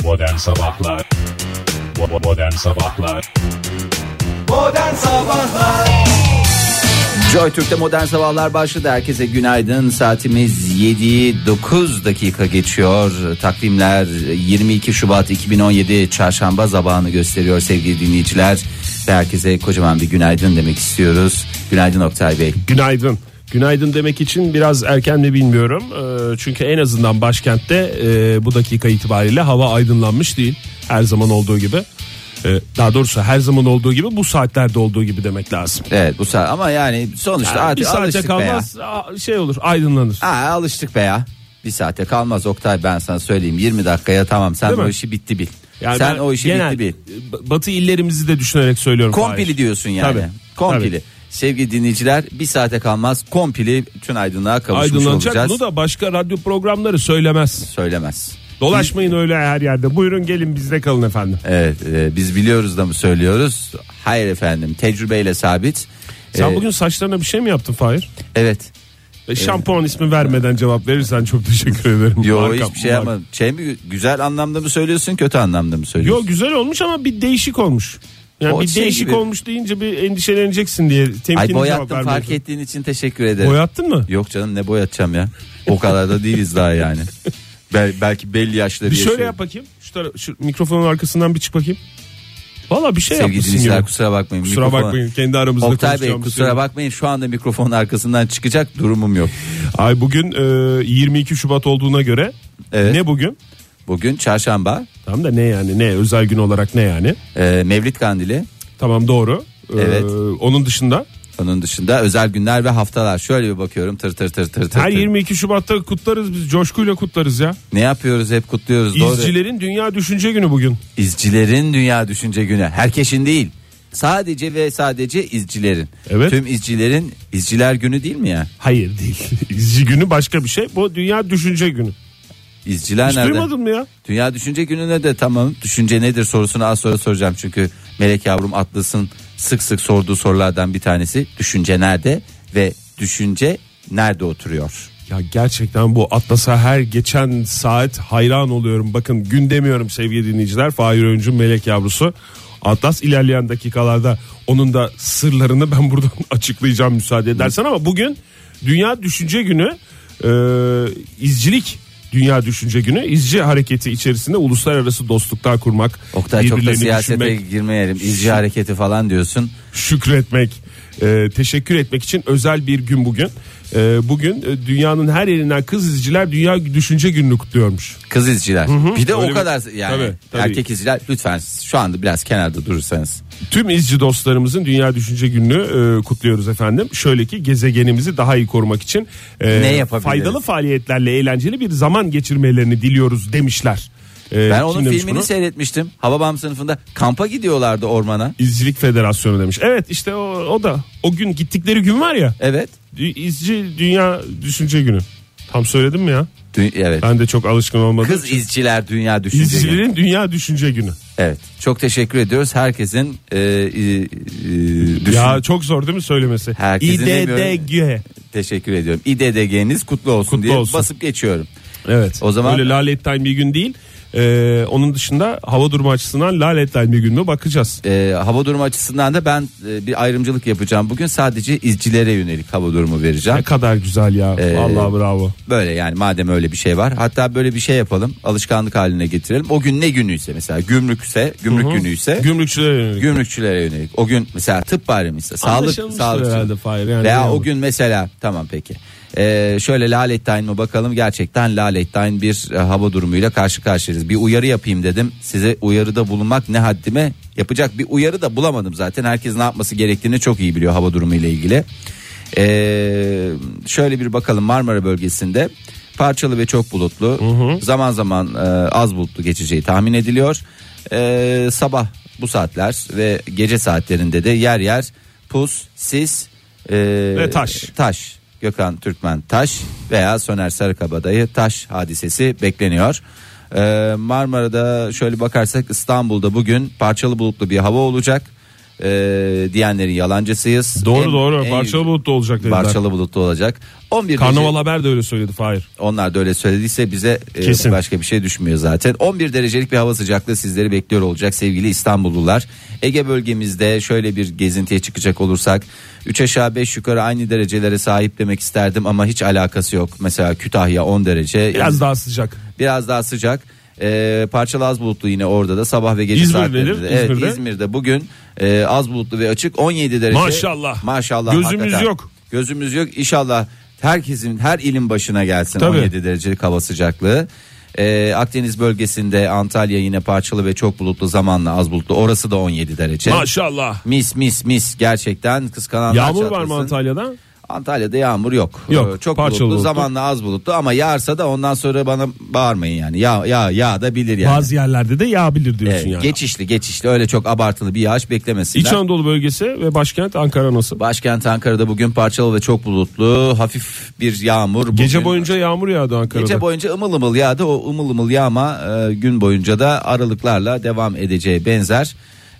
Modern Sabahlar. Modern Sabahlar. Modern Sabahlar. Joy Türk'te Modern Sabahlar başladı. Herkese günaydın. Saatimiz 7:09 dakika geçiyor. Takvimler 22 Şubat 2017 Çarşamba sabahını gösteriyor sevgili dinleyiciler. Ve herkese kocaman bir günaydın demek istiyoruz. Günaydın Oktay Bey. Günaydın. Günaydın demek için biraz erken mi bilmiyorum. Çünkü en azından başkentte bu dakika itibariyle hava aydınlanmış değil. Her zaman olduğu gibi. Daha doğrusu her zaman olduğu gibi bu saatlerde olduğu gibi demek lazım. Evet bu saat ama yani sonuçta artık bir saate alıştık kalmaz be ya. Şey olur, aydınlanır. Alıştık be ya. Bir saate kalmaz Oktay, ben sana söyleyeyim, 20 dakikaya tamam, sen Değil o mi? işi bitti bil. Yani sen o işi bitti bil. Batı illerimizi de düşünerek söylüyorum. Kompili diyorsun yani. Tabii. Kompili. Tabii. Sevgili dinleyiciler, bir saate kalmaz kompili tüm aydınlığa kavuşmuş Aydınlanacak, olacağız. bunu da başka radyo programları söylemez. Dolaşmayın öyle her yerde. Buyurun gelin bizde kalın efendim. Evet, biz biliyoruz da mı söylüyoruz? Hayır efendim, tecrübeyle sabit. Sen bugün saçlarına bir şey mi yaptın Fahir? Evet. Şampuan ismi vermeden cevap verirsen çok teşekkür ederim. Yok hiçbir şey ama şey mi, güzel anlamda mı söylüyorsun, kötü anlamda mı söylüyorsun? Yok, güzel olmuş ama bir değişik olmuş. Yani O bir şey değişik gibi olmuş deyince bir endişeleneceksin diye temkinli Ay cevap boyattım, vermedim. fark ettiğin için teşekkür ederim. Boyattın mı? Yok canım, ne boyatacağım ya. O kadar da değiliz daha yani. Belki belli yaşları Bir yaşıyor. şöyle yap bakayım. Şu mikrofonun arkasından bir çık bakayım. Valla bir şey Sevgili yapmışsın dinleyiciler gibi. kusura bakmayın. Kusura bakmayın, kendi aramızda Oktay Bey konuşacağımız kusura şey. bakmayın, şu anda mikrofonun arkasından çıkacak durumum yok. Ay bugün 22 Şubat olduğuna göre Evet. ne bugün? Bugün çarşamba. Tamam da ne yani, ne özel gün olarak ne yani? Mevlid Kandili. Tamam, doğru. Evet. Onun dışında? Onun dışında özel günler ve haftalar. Şöyle bir bakıyorum, tır. Her 22 Şubat'ta kutlarız biz, coşkuyla kutlarız ya. Ne yapıyoruz, hep kutluyoruz. Doğru. İzcilerin Dünya Düşünce Günü bugün. İzcilerin Dünya Düşünce Günü. Herkesin değil. Sadece ve sadece izcilerin. Evet. Tüm izcilerin izciler günü değil mi ya? Hayır değil. İzci günü başka bir şey. Bu Dünya Düşünce Günü. İzciler Hiç nerede? duymadın mı ya? Dünya Düşünce Günü'ne de tamam. Düşünce nedir sorusunu az sonra soracağım. Çünkü Melek yavrum Atlas'ın sık sık sorduğu sorulardan bir tanesi. Düşünce nerede ve düşünce nerede oturuyor? Ya gerçekten bu Atlas'a her geçen saat hayran oluyorum. Bakın gün demiyorum sevgili dinleyiciler. Fahir Öncü Melek yavrusu. Atlas ilerleyen dakikalarda onun da sırlarını ben buradan açıklayacağım müsaade edersen, ama bugün Dünya Düşünce Günü, izcilik Dünya Düşünce Günü, izci hareketi içerisinde uluslararası dostluklar kurmak. Oktay, çok da birbirlerini siyasete düşünmek, girmeyelim. İzci hareketi falan diyorsun. şükretmek, teşekkür etmek için özel bir gün bugün. Bugün dünyanın her yerinden kız izciler Dünya Düşünce Günü'nü kutluyormuş. Kız izciler. Bir de Öyle o kadar yani. Tabii. Erkek izciler lütfen şu anda biraz kenarda durursanız. Tüm izci dostlarımızın Dünya Düşünce Günü'nü kutluyoruz efendim. Şöyle ki gezegenimizi daha iyi korumak için Ne yapabiliriz? faydalı faaliyetlerle eğlenceli bir zaman geçirmelerini diliyoruz demişler. Ben onun kim demiş filmini bunu? seyretmiştim. Hababam sınıfında kampa gidiyorlardı ormana. İzcilik Federasyonu demiş. Evet işte o da o gün gittikleri gün var ya. Evet. İzci Dünya Düşünce Günü. Tam söyledim mi ya? Evet. Ben de çok alışkın olmadım. Kız izciler Dünya Düşünce Günü. İzcilerin Dünya Düşünce Günü. Evet. Çok teşekkür ediyoruz. Herkesin Ya çok zor değil mi söylemesi? Herkesin İDDG. Teşekkür ediyorum. İDDG'niz kutlu olsun Kutlu diye olsun. basıp geçiyorum. Evet. O zaman öyle lalettayn bir gün değil. Onun dışında hava durumu açısından lalettayn bir gün mü bakacağız. hava durumu açısından da ben bir ayrımcılık yapacağım. Bugün sadece izcilere yönelik hava durumu vereceğim. Ne kadar güzel ya. Vallahi bravo. Böyle yani, madem öyle bir şey var. Hatta böyle bir şey yapalım. Alışkanlık haline getirelim. O gün ne günüyse, mesela gümrük günüyse Gümrükçülere yönelik. gümrükçülere yönelik. O gün mesela tıp bayramıysa sağlık herhalde Fahir. Yani veya yani. o gün mesela tamam peki. Şöyle lalettayn mı bakalım, gerçekten lalettayn bir hava durumuyla karşı karşıyayız. Bir uyarı yapayım dedim. Size uyarıda bulunmak ne haddime, yapacak bir uyarı da bulamadım zaten. Herkes ne yapması gerektiğini çok iyi biliyor hava durumu ile ilgili. Şöyle bir bakalım, Marmara bölgesinde parçalı ve çok bulutlu, zaman zaman az bulutlu geçeceği tahmin ediliyor. Sabah bu saatler ve gece saatlerinde de yer yer pus, sis ve taş. Gökhan Türkmen taş veya Soner Sarıkabadayı taş hadisesi bekleniyor. Marmara'da şöyle bakarsak İstanbul'da bugün parçalı bulutlu bir hava olacak. diyenlerin yalancısıyız. Doğru. Parçalı bulutlu olacak dediler. Parçalı bulutlu olacak. 11 Karnaval derece, Haber de öyle söyledi Fahir. onlar da öyle söylediyse bize Kesin. başka bir şey düşmüyor zaten. 11 derecelik bir hava sıcaklığı sizleri bekliyor olacak sevgili İstanbullular. Ege bölgemizde şöyle bir gezintiye çıkacak olursak 3 aşağı 5 yukarı aynı derecelere sahip demek isterdim ama hiç alakası yok. Mesela Kütahya 10 derece. Biraz daha sıcak. Biraz daha sıcak. Parçalı az bulutlu yine orada da sabah ve gece İzmir saatlerinde. nedir? Evet, İzmir'de? İzmir'de bugün az bulutlu ve açık 17 derece. Maşallah. Gözümüz hakikaten. yok. Gözümüz yok. İnşallah herkesin, her ilin başına gelsin. Tabii. 17 derecelik hava sıcaklığı. Akdeniz bölgesinde Antalya yine parçalı ve çok bulutlu, zamanla az bulutlu. Orası da 17 derece. Maşallah. Mis gerçekten kıskananlar Yağmur var çatlasın. mı Antalya'da? Antalya'da yağmur yok. Yok, Çok parçalı bulutlu, bulutlu. zamanla az bulutlu ama yağarsa da ondan sonra bana bağırmayın yani. Ya da bilir yani. Bazı yerlerde de yağabilir diyorsun Evet, yani. geçişli öyle çok abartılı bir yağış beklemesinler. İç Anadolu bölgesi ve başkent Ankara nasıl? Başkent Ankara'da bugün parçalı ve çok bulutlu, hafif bir yağmur. Gece Bugün, boyunca yağmur yağdı Ankara'da. gece boyunca ımıl yağdı. O ımıl yağma gün boyunca da aralıklarla devam edeceği benzer.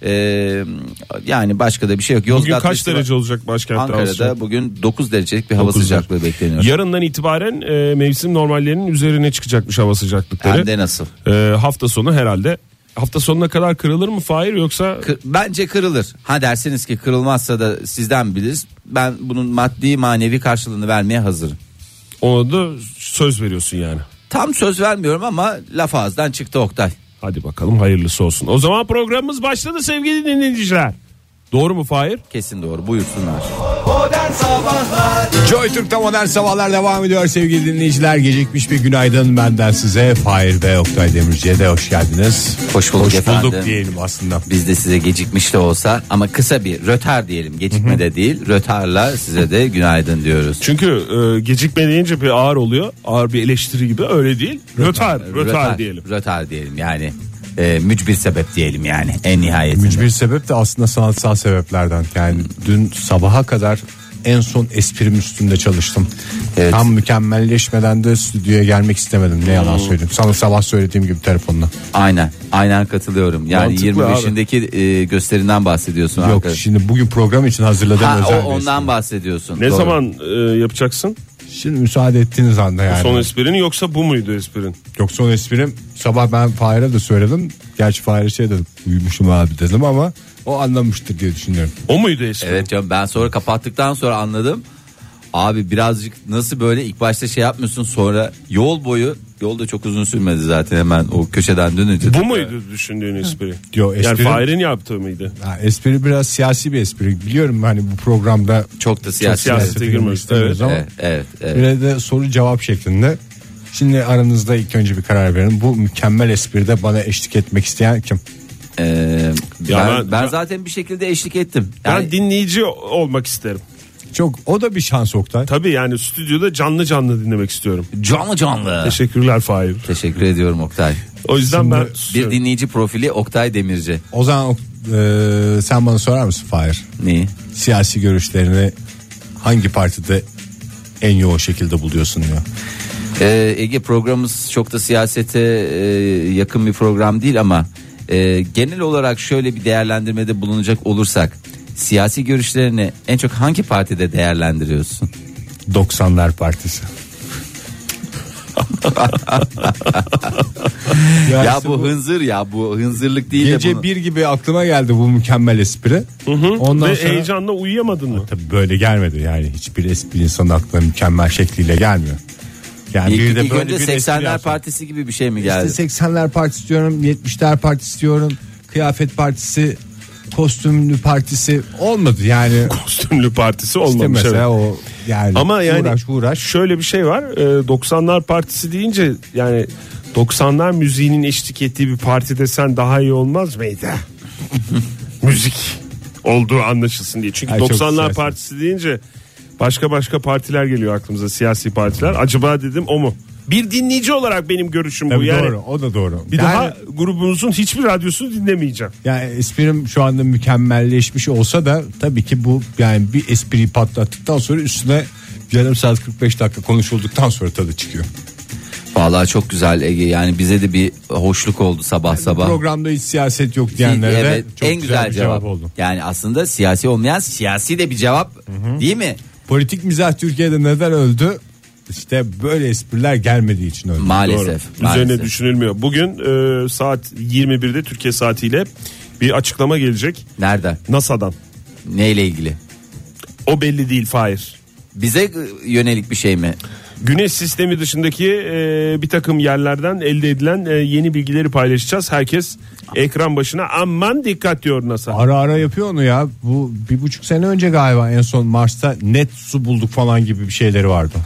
Yani başka da bir şey yok. Bugün Yozgat kaç derece olacak başkentte? Ankara'da bugün 9 derecelik bir hava 9 sıcaklığı bekleniyor. Yarından itibaren mevsim normallerinin üzerine çıkacakmış hava sıcaklıkları. Hem de nasıl? Hafta sonu herhalde. Hafta sonuna kadar kırılır mı Fahir yoksa? Bence kırılır. Ha dersiniz ki kırılmazsa da sizden biliriz. Ben bunun maddi manevi karşılığını vermeye hazırım. Ona da söz veriyorsun yani. Tam söz vermiyorum ama laf ağızdan çıktı Oktay. Hadi bakalım hayırlısı olsun. O zaman programımız başladı sevgili dinleyiciler. Doğru mu Fahir? Kesin doğru, buyursunlar. Modern Sabahlar Joy Türk'te modern sabahlar devam ediyor sevgili dinleyiciler. Gecikmiş bir günaydın benden size. Fahir ve Oktay Demirci'ye de hoş geldiniz. Hoş bulduk efendim. bulduk diyelim aslında. Biz de size gecikmiş de olsa ama kısa bir rötar diyelim. Gecikme de değil, rötarla size de günaydın diyoruz. Çünkü gecikme deyince bir ağır oluyor. Ağır bir eleştiri gibi, öyle değil. Rötar diyelim. Rötar diyelim yani. Mücbir sebep diyelim yani en nihayetinde. Mücbir sebep de aslında sanatsal sebeplerden. Yani dün sabaha kadar en son esprim üstünde çalıştım. Evet. Tam mükemmelleşmeden de stüdyoya gelmek istemedim. Ne yalan söyleyeyim. Sana sabah söylediğim gibi telefonla. Aynen katılıyorum. Yani Mantıklı 25'indeki gösterinden bahsediyorsun. Yok arkadaş. şimdi bugün program için hazırladığım özel bir ondan espri. bahsediyorsun. Ne Doğru. zaman yapacaksın? Şimdi müsaade ettiğiniz anda yani. Son esprin yoksa bu muydu esprin? Yok son esprim sabah ben Fahir'e de söyledim. Gerçi Fahir'e şey dedim. Uyumuşum abi dedim ama o anlamıştır diye düşünüyorum. O muydu esprin? Evet canım, ben sonra kapattıktan sonra anladım. Abi birazcık nasıl böyle ilk başta şey yapmıyorsun, sonra yolda çok uzun sürmedi zaten, hemen o köşeden dönünce. Bu muydu düşündüğün espri? Yo, Yani espri- Fahir'in yaptığı mıydı? Ha, espri biraz siyasi bir espri. Biliyorum hani bu programda Çok da siyasi. siyasete girmek istemiyoruz ama Evet. yine de soru cevap şeklinde. Şimdi aranızda ilk önce bir karar verin. Bu mükemmel espride bana eşlik etmek isteyen kim? Ben zaten bir şekilde eşlik ettim. Yani Ben dinleyici olmak isterim. Çok o da bir şans Oktay. Tabii yani stüdyoda canlı dinlemek istiyorum. canlı. Teşekkürler Fahir. Teşekkür ediyorum Oktay. O yüzden Şimdi ben Bir dinleyici profili Oktay Demirci. O zaman sen bana sorar mısın Fahir? Neyi? Siyasi görüşlerini hangi partide en yoğun şekilde buluyorsun diyor. Ege, programımız çok da siyasete yakın bir program değil ama genel olarak şöyle bir değerlendirmede bulunacak olursak, siyasi görüşlerini en çok hangi partide değerlendiriyorsun? 90'lar Partisi. Ya bu hınzırlık değil Gece de bunu. 1 gibi aklıma geldi bu mükemmel espri. Ondan ve sonra heyecanla uyuyamadın mı? tabii böyle gelmedi yani hiçbir espri insanın aklına mükemmel şekliyle gelmiyor. Yani bir de İlk böyle önce bir espri 80'ler yapsam. Partisi gibi bir şey mi geldi? İşte 80'ler Partisi diyorum, 70'ler Partisi diyorum, Kıyafet Partisi, Kostümlü Partisi olmadı yani. Kostümlü partisi İşte olmamış. mesela evet. o yani, Ama yani uğraş. şöyle bir şey var. 90'lar partisi deyince yani 90'lar müziğinin eşlik ettiği bir parti desen daha iyi olmaz mıydı? Müzik olduğu anlaşılsın diye. Çünkü Ay, çok 90'lar siyasi. partisi deyince başka partiler geliyor aklımıza, siyasi partiler. Acaba dedim o mu? Bir dinleyici olarak benim görüşüm bu. Tabii Yani doğru, o da doğru. bir Yani- daha grubumuzun hiçbir radyosunu dinlemeyeceğim. Yani esprim şu anda mükemmelleşmiş olsa da tabii ki bu yani bir espriyi patlattıktan sonra üstüne yarım saat 45 dakika konuşulduktan sonra tadı çıkıyor. Vallahi çok güzel Ege, yani bize de bir hoşluk oldu sabah sabah. Programda hiç siyaset yok diyenlere Evet, de çok en güzel bir cevap oldu. Yani aslında siyasi olmayan siyasi de bir cevap, değil mi? Politik mizah Türkiye'de neden öldü? İşte böyle espriler gelmediği için öldü. Maalesef. Doğru. Maalesef. Üzerine düşünülmüyor. Bugün saat 21'de Türkiye saatiyle bir açıklama gelecek Nereden? NASA'dan. Neyle ilgili? O belli değil Fahir. Bize yönelik bir şey mi? Güneş sistemi dışındaki bir takım yerlerden elde edilen yeni bilgileri paylaşacağız. Herkes ekran başına, aman dikkat diyor NASA. Ara ara yapıyor onu ya. Bu 1,5 sene önce galiba en son Mars'ta net su bulduk falan gibi bir şeyleri vardı.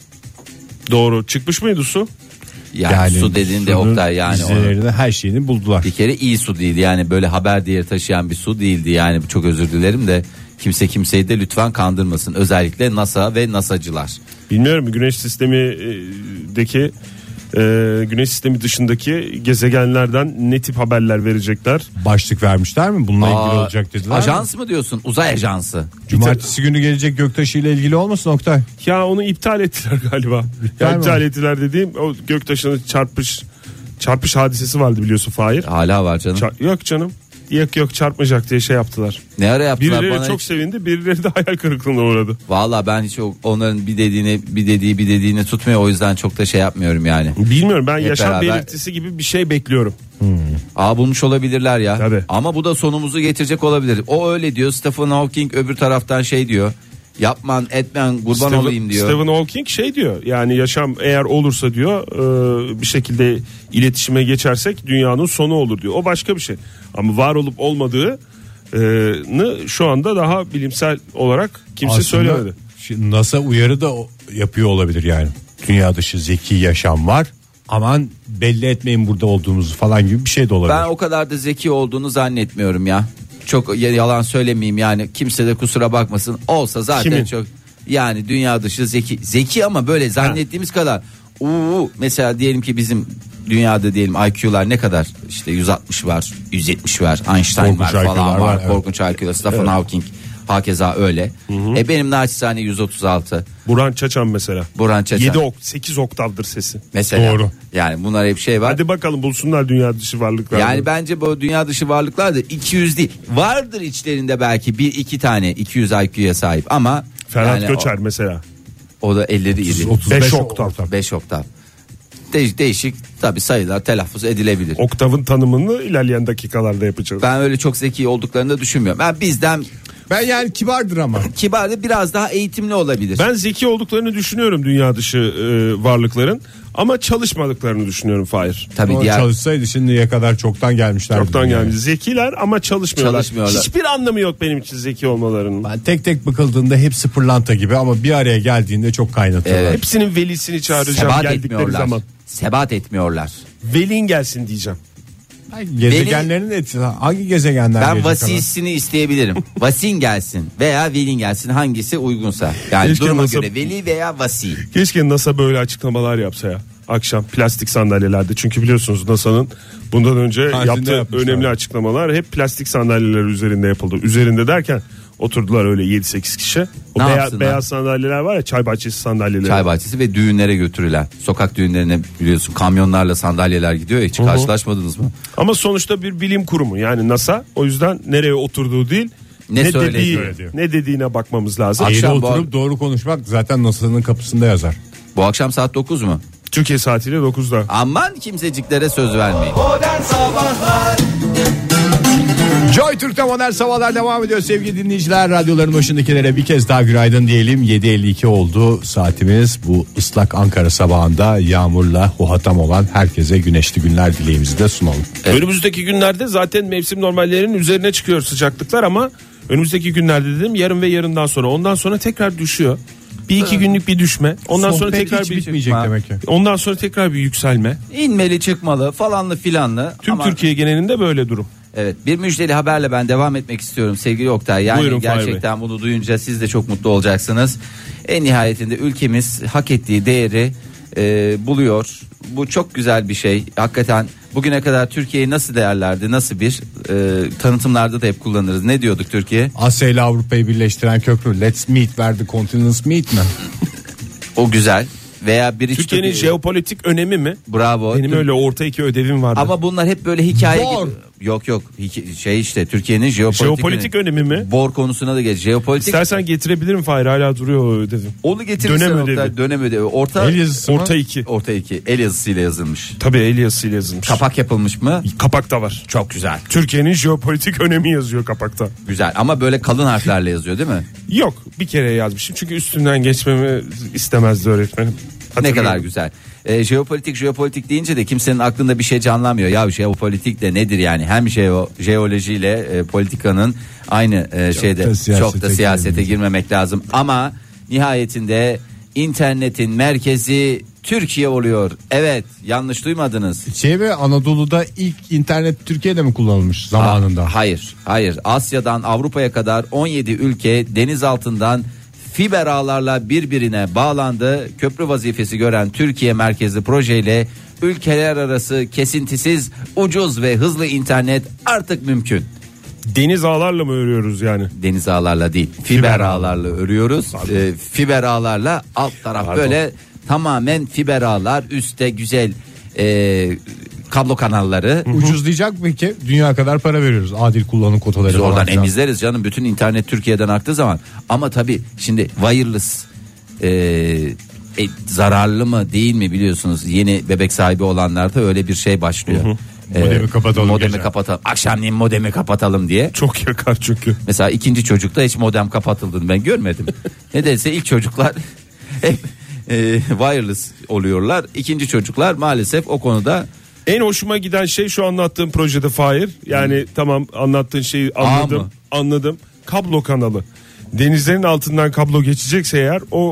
Doğru, çıkmış mıydı su? Yani su dediğinde suyun Oktay, yani izlerini, her şeyini buldular. bir kere iyi su değil, yani böyle haber değeri taşıyan bir su değildi. Yani çok özür dilerim de kimse kimseyi de lütfen kandırmasın, özellikle NASA ve NASA'cılar. Bilmiyorum, Güneş sistemideki Güneş sistemi dışındaki gezegenlerden ne tip haberler verecekler? Başlık vermişler mi? Bununla ilgili olacak dediler. Ajans mı diyorsun? Uzay ajansı. Cumartesi günü gelecek göktaşı ile ilgili olmasın Oktay? Ya onu iptal ettiler galiba. İptal ettiler dediğim, o göktaşının çarpış hadisesi vardı biliyorsun Fahir. Hala var canım. Yok canım. Yok çarpmayacak diye şey yaptılar. Ne ara yaptılar? Birileri Bana çok sevindi, birileri de hayal kırıklığına uğradı. Valla ben hiç onların bir dediğini tutmuyor, o yüzden çok da şey yapmıyorum yani. Bilmiyorum, ben Hep yaşam beraber- belirtisi gibi bir şey bekliyorum. Bulmuş olabilirler ya. Tabii. Ama bu da sonumuzu getirecek olabilir. O öyle diyor, Stephen Hawking öbür taraftan şey diyor. Yapman etmen kurban olayım diyor. Stephen Hawking şey diyor, yani yaşam eğer olursa diyor bir şekilde iletişime geçersek dünyanın sonu olur diyor. O başka bir şey. Ama var olup olmadığını şu anda daha bilimsel olarak kimse söylemedi. NASA uyarı da yapıyor olabilir yani. Dünya dışı zeki yaşam var. Aman belli etmeyin burada olduğumuzu falan gibi bir şey de olabilir. Ben o kadar da zeki olduğunu zannetmiyorum ya. Çok yalan söylemeyeyim yani, kimse de kusura bakmasın. Olsa zaten Kimin? çok, yani dünya dışı zeki ama böyle zannettiğimiz kadar. Mesela diyelim ki bizim dünyada diyelim IQ'lar ne kadar, işte 160 var, 170 var, Einstein Korkunç var falan IQ'lar var, var, evet. korkunç IQ'lar, Stephen Hawking hakeza öyle. Benim naçizane 136. Burhan Çaçan mesela. Burhan Çaçan. 8 oktavdır sesi. Mesela. Doğru. Yani bunlar hep şey var. Hadi bakalım bulsunlar dünya dışı varlıklar. Yani bence bu dünya dışı varlıklar da 200 değil. Vardır içlerinde belki 1-2 tane 200 IQ'ya sahip ama Ferhat yani Göçer mesela. o da elleri iri. 35 5 oktav. 5 oktav. Değişik tabii sayılar telaffuz edilebilir. Oktavın tanımını ilerleyen dakikalarda yapacağız. Ben öyle çok zeki olduklarını da düşünmüyorum. Ben bizden Ben yani kibardır ama. kibar, biraz daha eğitimli olabilir. Ben zeki olduklarını düşünüyorum dünya dışı varlıkların, ama çalışmadıklarını düşünüyorum Fahir. Tabii O diğer çalışsaydı şimdiye kadar çoktan gelmişler. Çoktan gelmiş. Zekiler ama çalışmıyorlar. Çalışmıyorlar. Hiçbir anlamı yok benim için zeki olmalarının. Ben tek tek bakıldığında hepsi pırlanta gibi ama bir araya geldiğinde çok kaynatıyorlar. Evet. Hepsinin velisini çağıracağım sebat geldikleri etmiyorlar. zaman. Sebat etmiyorlar. Velin gelsin diyeceğim. Gezegenlerin etkisi hangi gezegenler Ben gelecek vasisini isteyebilirim. Vasin gelsin veya velin gelsin, hangisi uygunsa. Yani Keşke duruma NASA- göre veli veya vasi. Keşke NASA böyle açıklamalar yapsa ya. Akşam plastik sandalyelerde, çünkü biliyorsunuz NASA'nın bundan önce Kantinde yaptığı yapmışlar. önemli açıklamalar hep plastik sandalyeler üzerinde yapıldı. Üzerinde derken oturdular öyle 7-8 kişi. O Ne yapsınlar? beyaz sandalyeler var ya, çay bahçesi sandalyeleri. Çay bahçesi ve düğünlere götürülen, sokak düğünlerine biliyorsun kamyonlarla sandalyeler gidiyor ya, hiç karşılaşmadınız mı? Ama sonuçta bir bilim kurumu yani NASA, o yüzden nereye oturduğu değil Ne söylediği. ne dediğine bakmamız lazım. Akşam Eğri bu- oturup doğru konuşmak zaten NASA'nın kapısında yazar. Bu akşam saat 9 mu? Türkiye saatiyle 9'da. Aman kimseciklere söz vermeyin. Modern Sabahlar Joy Türk'te modern sabahlar devam ediyor sevgili dinleyiciler. Radyoların başındakilere bir kez daha günaydın diyelim. 7.52 oldu saatimiz. Bu ıslak Ankara sabahında yağmurla huhatam olan herkese güneşli günler dileğimizi de sunalım. Önümüzdeki günlerde zaten mevsim normallerinin üzerine çıkıyor sıcaklıklar, ama önümüzdeki günlerde dedim yarın ve yarından sonra, ondan sonra tekrar düşüyor. Bir iki günlük bir düşme. Ondan sonra Sohbet tekrar hiç bir bitmeyecek demek ki. Ondan sonra tekrar bir yükselme. İnmeli çıkmalı falanlı filanlı. Tüm Ama- Türkiye genelinde böyle durum. Evet, bir müjdeli haberle ben devam etmek istiyorum sevgili Oktay. Yani Buyurun Fahir Bey. gerçekten bunu duyunca siz de çok mutlu olacaksınız. En nihayetinde ülkemiz hak ettiği değeri buluyor. Bu çok güzel bir şey. Hakikaten bugüne kadar Türkiye'yi nasıl değerlerdi, nasıl bir tanıtımlarda da hep kullanırız. Ne diyorduk Türkiye? Asya ile Avrupa'yı birleştiren köprü. Let's meet where the continents meet mi? O güzel veya bridge Türkiye'nin jeopolitik önemi mi? Bravo. Benim öyle orta 2 ödevim vardı. Ama bunlar hep böyle hikaye Bor. gibi. Yok şey işte Türkiye'nin jeopolitik önemi mi? Bor konusuna da geç. Jeopolitik. İstersen getirebilirim Fahir, hala duruyor o ödevim. Onu getirirsen dönem ödevi. El yazısı mı? Orta 2. Orta 2. El yazısıyla yazılmış. Tabii el yazısıyla yazılmış. Kapak yapılmış mı? Kapak da var. Çok güzel. Türkiye'nin jeopolitik önemi yazıyor kapakta. Güzel ama böyle kalın harflerle yazıyor değil mi? Yok, bir kere yazmışım çünkü üstünden geçmemi istemezdi öğretmenim. Ne kadar güzel. Jeopolitik deyince de kimsenin aklında bir şey canlanmıyor. Ya jeopolitik de nedir yani? Hem jeolojiyle politikanın aynı çok da siyasete girmemek lazım. Ama nihayetinde internetin merkezi Türkiye oluyor. Evet, yanlış duymadınız. Anadolu'da ilk internet Türkiye'de mi kullanılmış zamanında? Hayır. Asya'dan Avrupa'ya kadar 17 ülke deniz altından fiber ağlarla birbirine bağlandı. Köprü vazifesi gören Türkiye merkezli projeyle ülkeler arası kesintisiz, ucuz ve hızlı internet artık mümkün. Deniz ağlarla mı örüyoruz yani? Deniz ağlarla değil, fiber ağlarla örüyoruz. Fiber ağlarla alt taraf böyle tamamen fiber ağlar, üstte güzel kablo kanalları. Ucuzlayacak mı ki? Dünya kadar para veriyoruz. Adil kullanım kotaları. Biz oradan falan. emizleriz canım. Bütün internet Türkiye'den aktığı zaman. Ama tabii şimdi wireless zararlı mı değil mi biliyorsunuz. Yeni bebek sahibi olanlarda öyle bir şey başlıyor. Modemi kapatalım. Kapatalım. Akşamleyin modemi kapatalım diye. Çok yakar çünkü. Mesela ikinci çocukta hiç modem kapatıldığını ben görmedim. Nedense ilk çocuklar hep wireless oluyorlar. İkinci çocuklar maalesef o konuda. En hoşuma giden şey şu anlattığım projede Fahir. Yani tamam, anlattığın şeyi anladım. Kablo kanalı. Denizlerin altından kablo geçecekse eğer o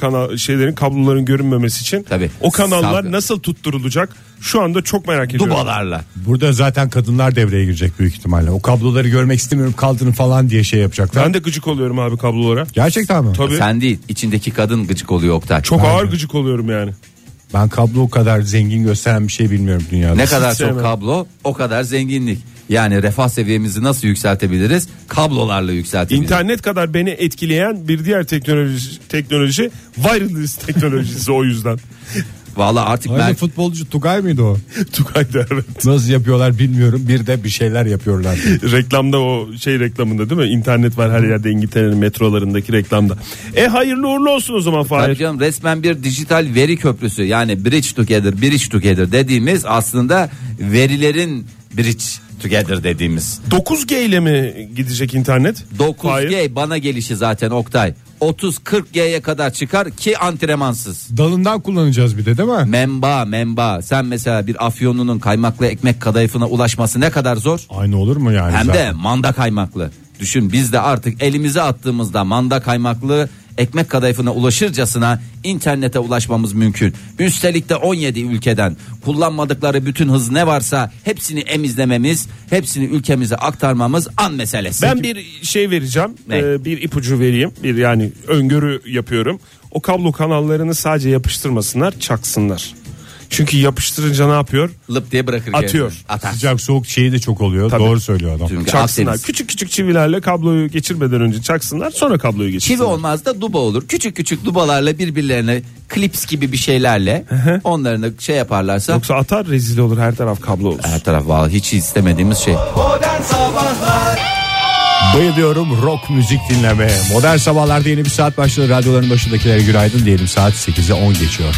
kabloların görünmemesi için tabii, o kanallar nasıl tutturulacak? Şu anda çok merak ediyorum. Dubalarla. Burada zaten kadınlar devreye girecek büyük ihtimalle. O kabloları görmek istemiyorum, kaldırın falan diye şey yapacaklar. Ben de gıcık oluyorum abi kablolara. Gerçekten mi? Tabii. Sen değil, içindeki kadın gıcık oluyor Oktay. Çok ağır gıcık oluyorum yani. Ben kablo o kadar zengin gösteren bir şey bilmiyorum dünyada. Ne kadar çok sevmem. kablo o kadar zenginlik. Yani refah seviyemizi nasıl yükseltebiliriz? Kablolarla yükseltebiliriz. İnternet kadar beni etkileyen bir diğer teknoloji wireless teknolojisi o yüzden. Vallahi artık Aynı futbolcu Tugay mıydı o? Tugay'da evet. Nasıl yapıyorlar bilmiyorum. Bir de bir şeyler yapıyorlar. Reklamda o reklamında değil mi? İnternet var her yerde, İngiltere'nin metrolarındaki reklamda. Hayırlı uğurlu olsun o zaman Fahir. Tabii canım, resmen bir dijital veri köprüsü. Yani bridge together dediğimiz aslında verilerin bridge together dediğimiz. 9G ile mi gidecek internet? 9G Hayır. bana gelişi zaten Oktay. 30-40G'ye kadar çıkar ki antrenmansız. Dalından kullanacağız bir de değil mi? Memba. Sen mesela bir afyonunun kaymaklı ekmek kadayıfına ulaşması ne kadar zor? Aynı olur mu yani? Hem zaten? de manda kaymaklı. Düşün, biz de artık elimize attığımızda manda kaymaklı ekmek kadayıfına ulaşırcasına internete ulaşmamız mümkün. Üstelik de 17 ülkeden kullanmadıkları bütün hız ne varsa hepsini emizlememiz, hepsini ülkemize aktarmamız an meselesi. Ben bir şey vereceğim. Bir ipucu vereyim. Bir yani öngörü yapıyorum. O kablo kanallarını sadece yapıştırmasınlar, çaksınlar. Çünkü yapıştırınca ne yapıyor? Lıp diye bırakır. Atıyor. Atar. Sıcak soğuk şeyi de çok oluyor. Tabii. Doğru söylüyor adam. Çünkü Çaksınlar. Akdeniz. Küçük çivilerle kabloyu geçirmeden önce çaksınlar, sonra kabloyu geçirsinler. Çivi olmaz da duba olur. Küçük dubalarla birbirlerine klips gibi bir şeylerle onların da şey yaparlarsa. Yoksa atar, rezil olur, her taraf kablo olur. Her taraf vallahi hiç istemediğimiz şey. Modern Sabahlar Bayılıyorum rock müzik dinlemeye. Modern sabahlarda yeni bir saat başladı. Radyoların başındakilere günaydın diyelim. Saat 8'e 10 geçiyor.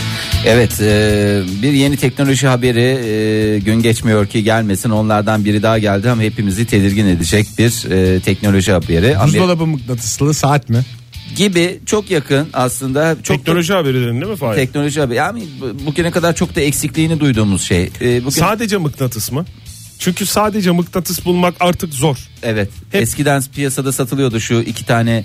Evet, bir yeni teknoloji haberi gün geçmiyor ki gelmesin. Onlardan biri daha geldi ama hepimizi tedirgin edecek bir teknoloji haberi. Buzdolabı mıknatıslı saat mi? Gibi çok yakın aslında. Çok Teknoloji haberilerin değil mi Fahir? teknoloji haberi. Yani bugüne kadar çok da eksikliğini duyduğumuz şey. Bugün Sadece mıknatıs mı? Çünkü sadece mıknatıs bulmak artık zor. evet. Hep- Eskiden piyasada satılıyordu şu iki tane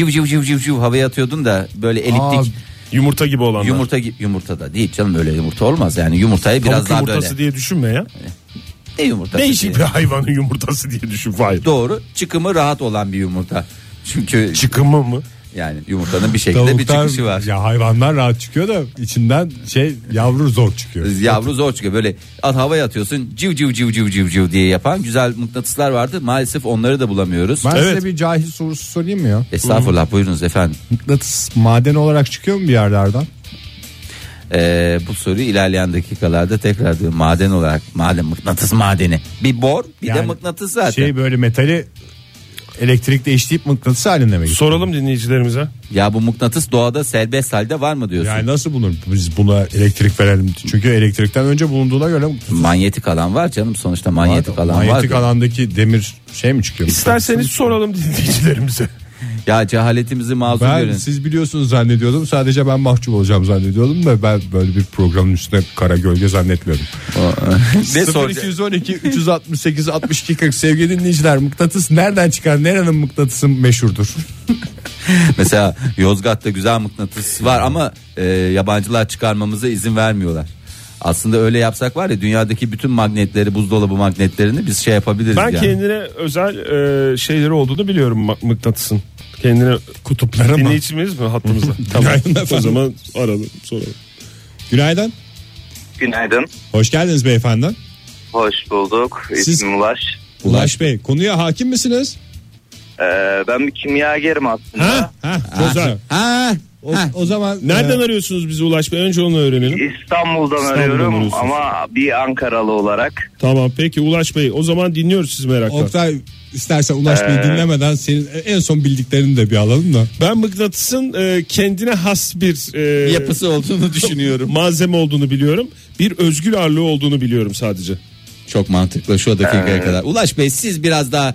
jiv havaya atıyordun da böyle eliptik. Yumurta gibi olanlar. Yumurta da değil canım, öyle yumurta olmaz yani, yumurtayı biraz Tavuk daha yumurtası böyle. diye düşünme ya. Ne yumurtası? Değişik bir diye. hayvanın yumurtası diye düşün Fahir. Doğru, çıkımı rahat olan bir yumurta. Çünkü Çıkımı mı? yani yumurtanın bir şekilde bir çıkışı var. Ya hayvanlar rahat çıkıyor da içinden yavru zor çıkıyor. Yavru zor çıkıyor, böyle havaya atıyorsun civ diye yapan güzel mıknatıslar vardı. Maalesef onları da bulamıyoruz. Ben Evet. size bir cahil sorusu sorayım mı ya? Estağfurullah, buyurunuz efendim. Mıknatıs maden olarak çıkıyor mu bir yerlerden? Bu soruyu ilerleyen dakikalarda tekrar diyorum. Maden olarak mıknatıs madeni. Bir bor bir de mıknatıs zaten. Şey böyle metali elektrikle işleyip mıknatıs halinde mi? Soralım dinleyicilerimize. Ya bu mıknatıs doğada serbest halde var mı diyorsun? Yani nasıl bulunur? Biz buna elektrik verelim. Çünkü elektrikten önce bulunduğuna göre Manyetik alan var canım, sonuçta manyetik alan var. Manyetik alandaki demir şey mi çıkıyor? İsterseniz soralım dinleyicilerimize. Ya cehaletimizi mazur Ben görün. siz biliyorsunuz zannediyordum. Sadece ben mahcup olacağım zannediyordum da ben böyle bir programın üstüne kara gölge zannetmiyordum. Ne soracak? 0212 368 62 40 sevgili dinleyiciler, mıknatıs nereden çıkar? Nerenin mıknatısı meşhurdur? Mesela Yozgat'ta güzel mıknatıs var ama yabancılar çıkarmamıza izin vermiyorlar. Aslında öyle yapsak var ya, dünyadaki bütün magnetleri, buzdolabı magnetlerini biz şey yapabiliriz. Ben yani. kendine özel şeyleri olduğunu biliyorum mıknatısın. Kendine Kutuplara mı? dinleyicimiz mi hattımızda? Tamam. Günaydın efendim. O zaman aralım soralım. Günaydın. Günaydın. Hoş geldiniz beyefendi. Hoş bulduk. Siz- İsmim Ulaş. Ulaş Bey, konuya hakim misiniz? Ben bir kimyagerim aslında. Ha? Güzel. O zaman Nereden arıyorsunuz bizi Ulaş Bey? Önce onu öğrenelim. İstanbul'dan arıyorum arıyorsunuz. ama bir Ankaralı olarak. Tamam peki Ulaş Bey, o zaman dinliyoruz siz merakla. Oktay, istersen Ulaş Bey'i dinlemeden senin en son bildiklerini de bir alalım da. Ben mıknatısın kendine has bir Yapısı olduğunu düşünüyorum. malzeme olduğunu biliyorum. Bir özgül ağırlığı olduğunu biliyorum sadece. Çok mantıklı şu dakikaya kadar. Ulaş Bey, siz biraz daha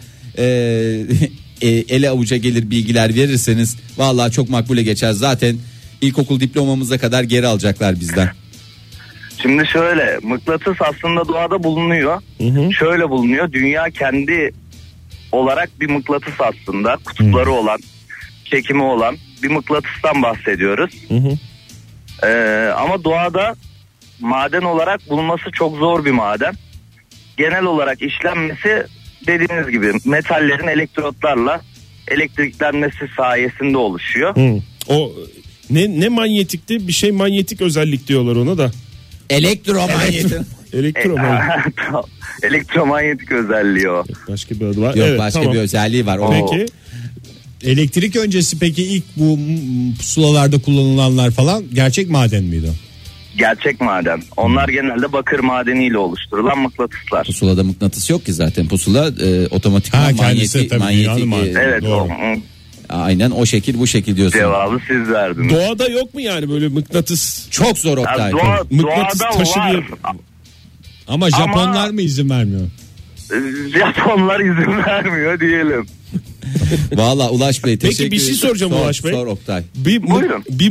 ele avuca gelir bilgiler verirseniz vallahi çok makbule geçer. Zaten ilkokul diplomamıza kadar geri alacaklar bizden. Şimdi şöyle, mıknatıs aslında doğada bulunuyor. Şöyle bulunuyor. Dünya kendi olarak bir mıknatıs aslında. Kutupları olan, çekimi olan bir mıknatıstan bahsediyoruz. Ama doğada maden olarak bulunması çok zor bir maden. Genel olarak işlenmesi dediğiniz gibi metallerin elektrotlarla elektriklenmesi sayesinde oluşuyor. O ne manyetikti? Bir şey manyetik özellik diyorlar ona da. Elektromanyetik. Elektromanyetik. Elektromanyetik özelliği o. Başka bir adı var. Yok, Evet, başka tamam. bir özelliği var. Peki. Elektrik öncesi peki ilk bu pusulalarda kullanılanlar falan gerçek maden miydi? Gerçek maden. Onlar genelde bakır madeniyle oluşturulan mıknatıslar. Pusulada mıknatıs yok ki zaten. Pusula otomatikman kendisi tabii dünyanın madeni. Evet, Doğru. Aynen o şekil bu şekil diyorsun. cevabı siz verdiniz. Doğada yok mu yani böyle mıknatıs? Çok zor Yani Oktay. Mıknatıs doğada taşı var. diye- Ama Japonlar mı izin vermiyor? Japonlar izin vermiyor diyelim. Valla Ulaş Bey teşekkür Peki bir şey ederim. soracağım Sor, Ulaş Bey. Sor Oktay. Buyurun. Bir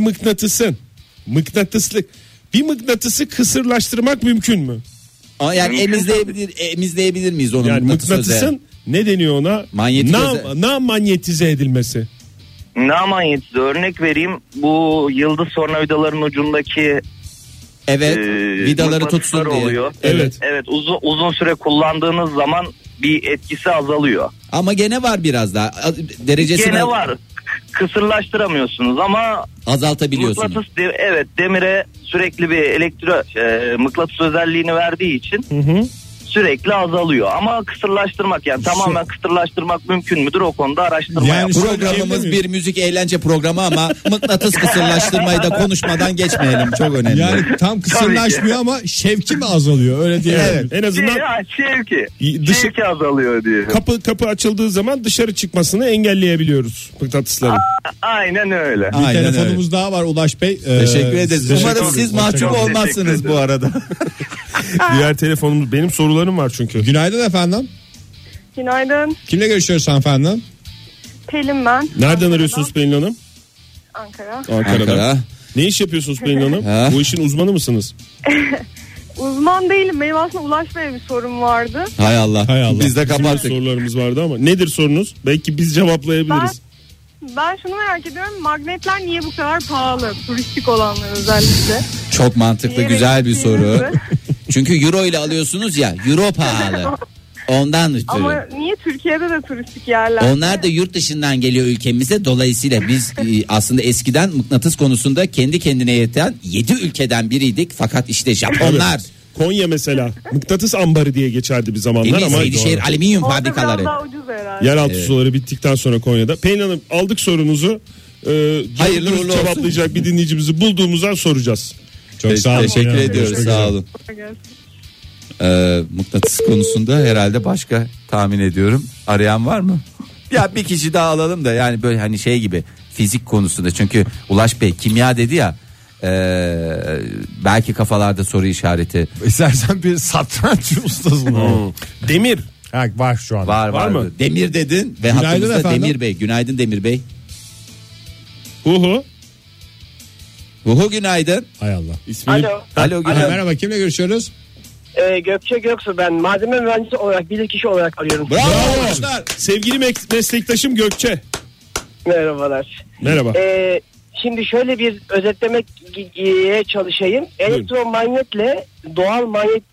mıknatıslık bir mıknatısı kısırlaştırmak mümkün mü? Ama yani Mümkün emizleyebilir miyiz onu? Yani mıknatıs özel? mıknatısın ne deniyor ona? Manyetik özel. Namanyetize edilmesi. Namanyetiz örnek vereyim. Bu yıldız tornavidaların ucundaki Evet. Vidaları mıknatıslar tutsun diye. oluyor. Evet. Evet, uzun süre kullandığınız zaman bir etkisi azalıyor. Ama gene var biraz daha. Derecesini Gene var. Kısırlaştıramıyorsunuz ama azaltabiliyorsunuz. mıknatıs demire sürekli bir mıknatıs özelliğini verdiği için sürekli azalıyor. Ama kısırlaştırmak, yani tamamen kısırlaştırmak mümkün müdür, o konuda araştırma Yani yapın. Programımız bir müzik eğlence programı ama mıknatıs kısırlaştırmayı da konuşmadan geçmeyelim. Çok önemli. Yani tam kısırlaşmıyor ama şevki mi azalıyor öyle diye. Evet. En azından Şevki azalıyor diye. kapı açıldığı zaman dışarı çıkmasını engelleyebiliyoruz mıknatısların. Aynen öyle. Bir Aynen telefonumuz öyle. daha var Ulaş Bey. Teşekkür ederiz. teşekkür Umarım ederiz. siz mahcup Hoşçakalın. olmazsınız bu arada. Diğer telefonumuz, benim sorularım var çünkü. Günaydın efendim. Günaydın. Kimle görüşüyoruz hanımefendi? Pelin ben. Nereden Ankara'dan. arıyorsunuz Pelin Hanım? Ankara. Ankara'dan. Ankara. Ne iş yapıyorsunuz Pelin Hanım? Ha? Bu işin uzmanı mısınız? Uzman değilim. Benim aslında Ulaş Bey'e bir sorum vardı. Hay Allah. Hay Allah. Biz de Bizim kapattık. sorularımız vardı ama nedir sorunuz? Belki biz cevaplayabiliriz. Ben şunu merak ediyorum. Magnetler niye bu kadar pahalı? Turistik olanlar özellikle. Çok mantıklı, Niye güzel bir soru. renkli? Çünkü euro ile alıyorsunuz ya. Euro pahalı. Ondan ötürü. Ama niye Türkiye'de de turistik yerler? Onlar da yurt dışından geliyor ülkemize. Dolayısıyla biz aslında eskiden mıknatıs konusunda kendi kendine yeten 7 ülkeden biriydik. Fakat işte Japonlar, Konya mesela mıknatıs ambarı diye geçerdi bir zamanlar ama Seydişehir alüminyum Orada fabrikaları. biraz daha ucuz herhalde. yeraltı suları bittikten sonra Konya'da. Pelin Hanım aldık sorunuzu. Hayırlı Dürüst uğurlu olsun. cevaplayacak bir dinleyicimizi bulduğumuzdan soracağız. Çok sağ olun. Teşekkür Ya, ediyoruz. görüşmek Sağ üzere. olun. Mıknatıs konusunda herhalde başka tahmin ediyorum. Arayan var mı? Ya bir kişi daha alalım da yani böyle hani şey gibi fizik konusunda. Çünkü Ulaş Bey kimya dedi ya. Belki kafalarda soru işareti. İstersen bir satranç ustası mı? Demir. Ha, var şu an. Var mı? Demir dedin ve Günaydın hattımızda efendim. Demir Bey. Günaydın Demir Bey. Huhu. Huhu günaydın. Hay Allah. İsmini... Alo günaydın. Merhaba, kimle görüşüyoruz? Gökçe Göksu, ben malzeme mühendisi olarak bilirkişi olarak arıyorum. Bravo arkadaşlar. Sevgili meslektaşım Gökçe. Merhabalar. Merhaba. Şimdi şöyle bir özetlemeye çalışayım. Elektromanyetle doğal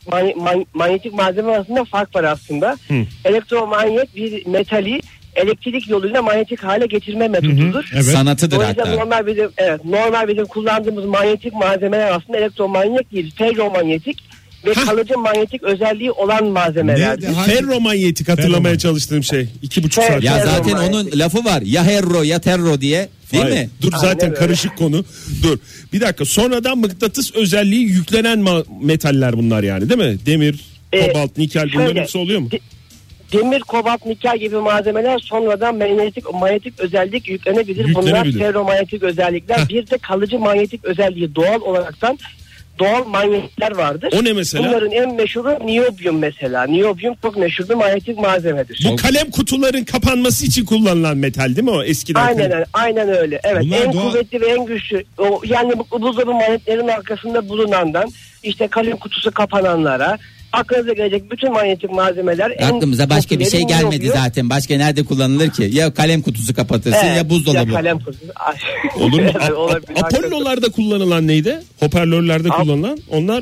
manyetik malzeme arasında fark var aslında. Elektromanyet bir metali elektrik yoluyla manyetik hale getirme metodudur. Evet. Sanatıdır O yüzden hatta. normal bizim kullandığımız manyetik malzemeler aslında elektromanyetik değil, ferromanyetik ve kalıcı manyetik özelliği olan malzemelerdir. Ferromanyetik hatırlamaya çalıştığım şey. 2,5 saat. Ya zaten Ferromanyetik. onun lafı var. Ya herro ya terro diye. Değil Hayır, mi? Dur zaten Aynen öyle. karışık konu. Dur. Bir dakika. Sonradan mıknatıs özelliği yüklenen metaller bunlar yani değil mi? Demir, kobalt, nikel bunların şöyle, hepsi oluyor mu? Demir, kobalt, nikel gibi malzemeler sonradan manyetik özellik yüklenebilir. Bunlar Yüklenebilir. ferromanyetik özellikler. Bir de kalıcı manyetik özelliği doğal olaraktan doğal manyetler vardır. O ne mesela? Bunların en meşhuru niyobyum mesela. Niyobyum çok meşhur bir manyetik malzemedir. Bu kalem kutuların kapanması için kullanılan metal değil mi o eskiden? Aynen öyle. Evet. Bunlar en doğal- kuvvetli ve en güçlü. Yani bu buzdolabı manyetlerin arkasında bulunandan işte kalem kutusu kapananlara aklınıza gelecek bütün manyetik malzemeler Aklımıza başka bir şey popüleri gelmedi niyobyum. zaten. Başka nerede kullanılır ki? Ya kalem kutusu kapatırsın Evet, ya buzdolabı. Ya kalem kutusu. Olur mu? Evet, olabilir. Apollo'larda kullanılan neydi? Hoparlörlerde kullanılan. Onlar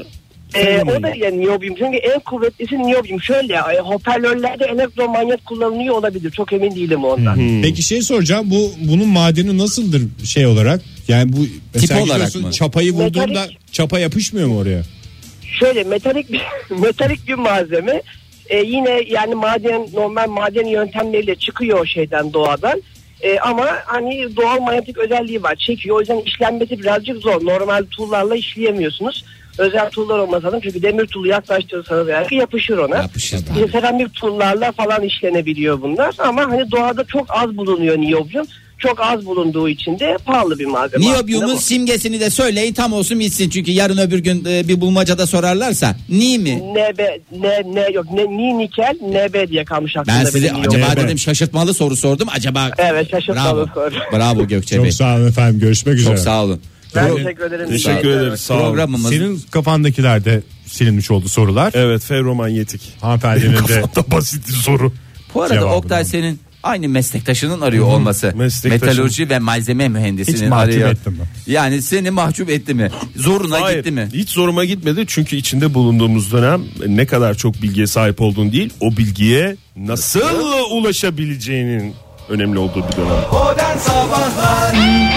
O da yani niyobyum. Çünkü en kuvvetlisi niyobyum. Şöyle hoparlörlerde elektromanyet kullanılıyor olabilir. Çok emin değilim ondan. Peki şey soracağım, bunun madeni nasıldır şey olarak? Yani bu mesela olarak gidiyorsun, mı? çapayı vurduğunda Metalik. çapa yapışmıyor mu oraya? Şöyle metalik bir malzeme. Yine yani normal maden yöntemleriyle çıkıyor o şeyden, doğadan. Ama hani doğal manyetik özelliği var. Çekiyor. O yüzden işlenmesi birazcık zor. Normal tool'larla işleyemiyorsunuz. Özel tool'lar olmasa da, çünkü demir tool'u yaklaştırırsanız eğer yapışır ona. Yapışır tabii. İşte seramik tool'larla falan işlenebiliyor bunlar. Ama hani doğada çok az bulunuyor niyobyum. Çok az bulunduğu için de pahalı bir malzeme. Niyobyumun aslında bu. simgesini de söyleyin tam olsun bitsin. Çünkü yarın öbür gün bir bulmacada sorarlarsa ni mi? Ni nikel NB diye kalmış aklımda. Ben size benim acaba niyobyum. dedim şaşırtmalı soru sordum. Acaba Evet, şaşırtmalı soru. Bravo Gökçe Çok Bey. sağ olun efendim, görüşmek üzere. Çok sağ olun. Ben Pro- teşekkür ederim. teşekkür ederiz. Sağ olun. Programımız Senin kafandakilerde silinmiş oldu sorular. Evet, ferromanyetik. Hanımefendinin de Kafamda basit bir soru. bu arada Cevabını Oktay aldım. senin aynı meslektaşının arıyor olması. meslektaşım. Metalurji ve malzeme mühendisinin Hiç mahcup arıyor. etti mi? Yani seni mahcup etti mi? Zoruna Hayır, gitti mi? hiç zoruma gitmedi çünkü içinde bulunduğumuz dönem ne kadar çok bilgiye sahip olduğun değil, o bilgiye nasıl ulaşabileceğinin önemli olduğu bir dönem. Modern Sabahlar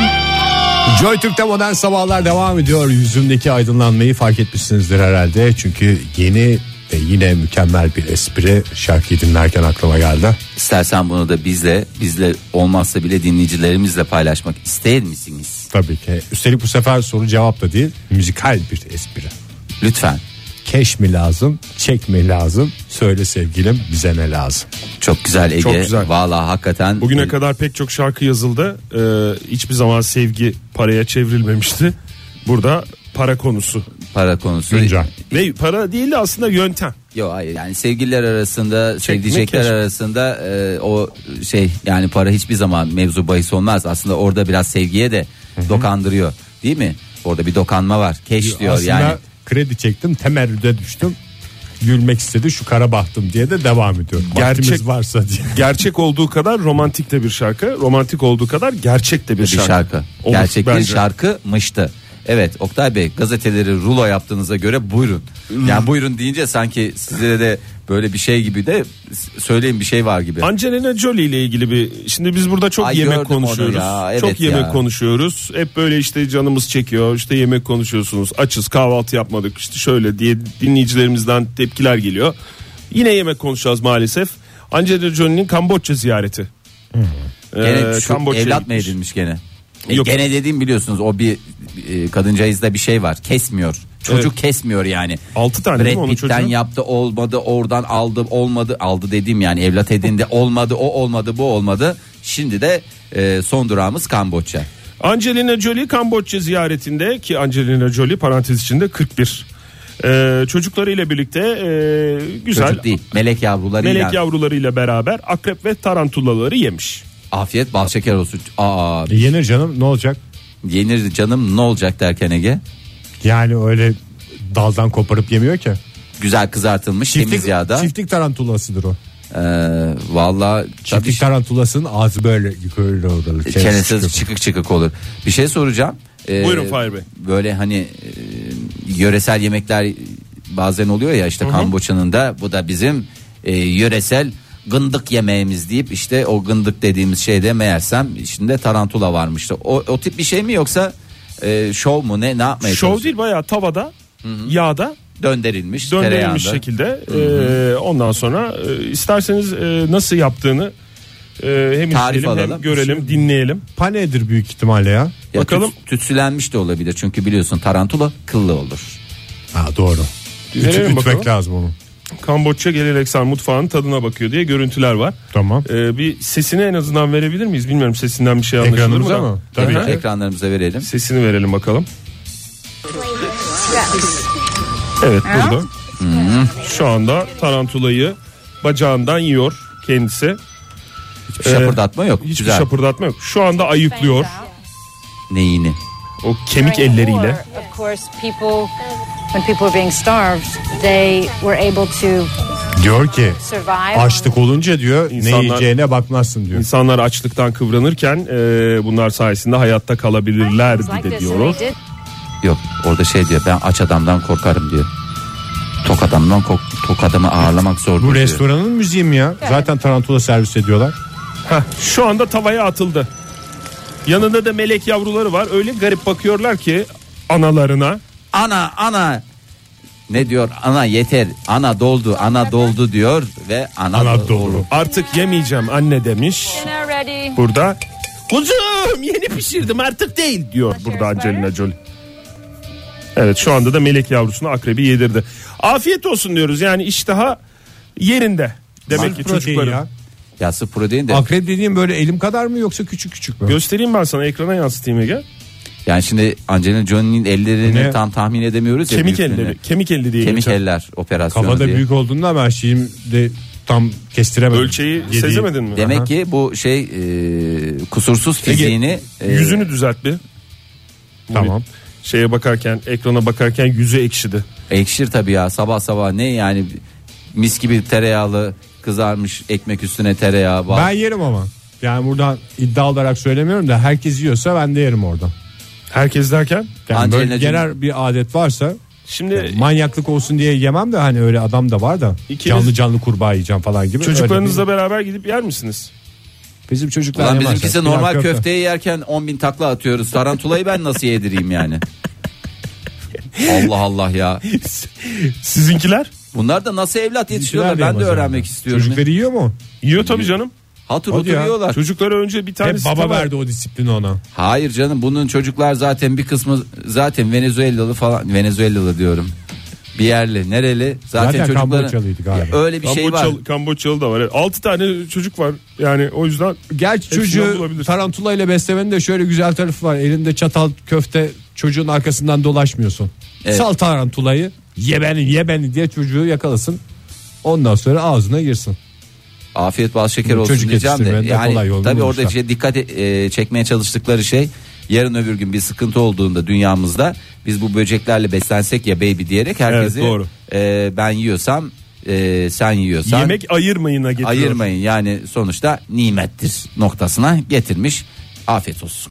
Joy Türk'te modern sabahlar devam ediyor. Yüzümdeki aydınlanmayı fark etmişsinizdir herhalde. Çünkü yeni ve yine mükemmel bir espri şarkıyı dinlerken aklıma geldi. İstersen bunu da bizle olmazsa bile dinleyicilerimizle paylaşmak ister misiniz? Tabii ki. Üstelik bu sefer soru cevap da değil, müzikal bir espri. Lütfen. Keş mi lazım, çek mi lazım? Söyle sevgilim, bize ne lazım? Çok güzel Ege. Çok güzel. Vallahi hakikaten. Bugüne kadar pek çok şarkı yazıldı. Hiçbir zaman sevgi paraya çevrilmemişti. Burada para konusu. Para konusu. Güncel. Ve para değil de aslında yöntem. Yok hayır, yani sevgililer arasında, sevdicekler keşke. arasında o şey, yani para hiçbir zaman mevzu bahis olmaz. Aslında orada biraz sevgiye de dokandırıyor. Değil mi? Orada bir dokanma var. Keş diyor Aslında yani. kredi çektim, temerrüde düştüm. Gülmek istedi şu kara bahtım diye de devam ediyor. Gerçek- Vaktimiz varsa diye. Gerçek olduğu kadar romantik de bir şarkı. Romantik olduğu kadar gerçek de bir Bir şarkı. şarkı. Olur, Gerçek bir bence. şarkımıştı. Evet Oktay Bey, gazeteleri rulo yaptığınıza göre buyurun. Yani buyurun deyince sanki size de böyle bir şey gibi de söyleyin, bir şey var gibi. Angelina Jolie ile ilgili bir, şimdi biz burada çok Ay, yemek gördüm onu konuşuyoruz. ya, evet çok yemek ya. konuşuyoruz. Hep böyle işte canımız çekiyor. İşte yemek konuşuyorsunuz. Açız, kahvaltı yapmadık. İşte şöyle diye dinleyicilerimizden tepkiler geliyor. Yine yemek konuşacağız maalesef. Angelina Jolie'nin Kamboçya ziyareti. Gene şu Kamboçya'ya evlat mı gitmiş. edinmiş gene? Yok. Gene dediğim biliyorsunuz o bir kadıncağızda bir şey var. Kesmiyor. Çocuk kesmiyor yani. 6 tane değil mi Brad onun Pitt'ten çocuğu? yaptı olmadı, oradan aldı olmadı, aldı dediğim yani evlat edindi olmadı, o olmadı, bu olmadı. Şimdi de son durağımız Kamboçya. Angelina Jolie Kamboçya ziyaretinde ki Angelina Jolie parantez içinde 41. Çocuklarıyla birlikte güzel Çocuk değil, melek yavrularıyla. melek yavrularıyla beraber akrep ve tarantulaları yemiş. Afiyet bal şeker olsun. Yenir canım, ne olacak? Yenir canım, ne olacak derken Ege? Yani öyle daldan koparıp yemiyor ki. Güzel kızartılmış temiz yağda. Çiftlik tarantulasıdır o. Vallahi Çiftlik tarantulasının ağzı böyle yukarı doğru. çenesi çıkık çıkık olur. Bir şey soracağım. Buyurun Fahir Bey. Böyle hani yöresel yemekler bazen oluyor ya işte Kamboçya'nın da bu da bizim yöresel gındık yemeğimiz deyip işte o gındık dediğimiz şeyde meğersem içinde tarantula varmıştı. O tip bir şey mi yoksa şov mu ne yapmaya Şov çalışıyor? değil, bayağı tavada yağda Döndürülmüş şekilde ondan sonra isterseniz nasıl yaptığını hem Tarif izleyelim hem alalım. görelim, dinleyelim. Panedir büyük ihtimalle ya. Ya Bakalım. tütsülenmiş de olabilir çünkü biliyorsun tarantula kıllı olur. Ha doğru. Verelim bakalım. Ütmek lazım onu. Kamboçya geleneksel mutfağın tadına bakıyor diye görüntüler var. Tamam. Bir sesini en azından verebilir miyiz? Bilmiyorum, sesinden bir şey anlaşılır mı? Ekranımıza mı? Tabii Evet, ki. ekranlarımıza verelim. Sesini verelim bakalım. Evet, burada. Şu anda tarantulayı bacağından yiyor kendisi. Hiçbir şapırdatma yok. Hiçbir Güzel. şapırdatma yok. Şu anda ayıklıyor Neyini? o kemik elleriyle. Of course, when people were being starved, they were able to Diyor ki survive. açlık olunca diyor İnsanlar- ne yiyeceğine bakmazsın diyor. İnsanlar açlıktan kıvranırken bunlar sayesinde hayatta kalabilirlerdi Like de this, diyor. and they did. Yok orada şey diyor ben aç adamdan korkarım diyor. Tok adamdan tok adamı ağırlamak zor Bu diyor. restoranın müziği mi ya? Zaten tarantula servis ediyorlar. Şu anda tavaya atıldı. Yanında da melek yavruları var. Öyle garip bakıyorlar ki analarına. Ana ne diyor ana yeter ana doldu diyor ve ana doldu. Artık yemeyeceğim anne demiş. Dinner ready. Burada kuzum yeni pişirdim artık değil diyor burada Angelina Jolie. Evet, şu anda da melek yavrusunu akrebi yedirdi. Afiyet olsun diyoruz, yani iştaha yerinde. Demek ki Protein çocukların. ya. Ya sıfır protein de. Akrep dediğim böyle elim kadar mı yoksa küçük küçük mü? Göstereyim ben sana, ekrana yansıtayım Ege. Yani şimdi Angelina Jolie'nin ellerini Ne? tam tahmin edemiyoruz ya. Kemik büyüklüğünü. elleri, kemik elli diye Kemik geçer. eller operasyonu Kafada diye. büyük olduğunda ben şimdi tam kestiremedim. Ölçeği Yediği- sezemedin mi? Demek Aha. ki bu şey kusursuz fiziğini Yüzünü düzelt bir. Tamam. Şeye bakarken, ekrana bakarken yüzü ekşidi. ekşir tabii ya sabah ne yani mis gibi tereyağlı kızarmış ekmek üstüne tereyağı bal. Ben yerim ama. Yani buradan iddia olarak söylemiyorum da herkes yiyorsa ben de yerim oradan. Herkes derken? Yani Angelina böyle genel bir adet varsa Şimdi manyaklık olsun diye yemem de hani öyle adam da var da İkiniz- canlı kurbağa yiyeceğim falan gibi. çocuklarınızla Öyle beraber gidip yer misiniz? bizim çocuklar Ulan yemez. bizimkisi Pilav, normal köfte. köfteyi yerken 10.000 takla atıyoruz. Tarantulayı ben nasıl yedireyim yani? Allah Allah ya. Sizinkiler? Bunlar da nasıl evlat yetiştiriyorlar Bizimkiler ben de yemez öğrenmek yani. istiyorum. Çocukları yiyor mu? Yiyor tabii canım. Hatır Hadi ya. oturuyorlar. Çocuklara önce bir Hep tanesi baba tava- verdi o disiplini ona. Hayır canım bunun çocuklar zaten bir kısmı zaten Venezuelalı falan Venezuelalı diyorum. Bir yerli nereli zaten çocukların Kamboçyalıydı galiba. Ya öyle bir şey var. Kamboçyalı da var. 6 tane çocuk var. Yani o yüzden Gerçi hepsinden çocuğu bulabilirsin. tarantula ile beslemenin de şöyle güzel tarafı var. Elinde çatal köfte çocuğun arkasından dolaşmıyorsun. Evet. Sal tarantulayı ye beni diye çocuğu yakalasın. Ondan sonra ağzına girsin. Afiyet bal şeker olsun Çocuk diyeceğim de. yetiştirmenin de Yani kolay yolunu tabii orada bulmuşlar. dikkat çekmeye çalıştıkları şey yarın öbür gün bir sıkıntı olduğunda dünyamızda biz bu böceklerle beslensek ya baby diyerek herkesi Evet, doğru. ben yiyorsam sen yiyorsan yemek ayırmayına getiriyor. ayırmayın yani sonuçta nimettir noktasına getirmiş. Afiyet olsun.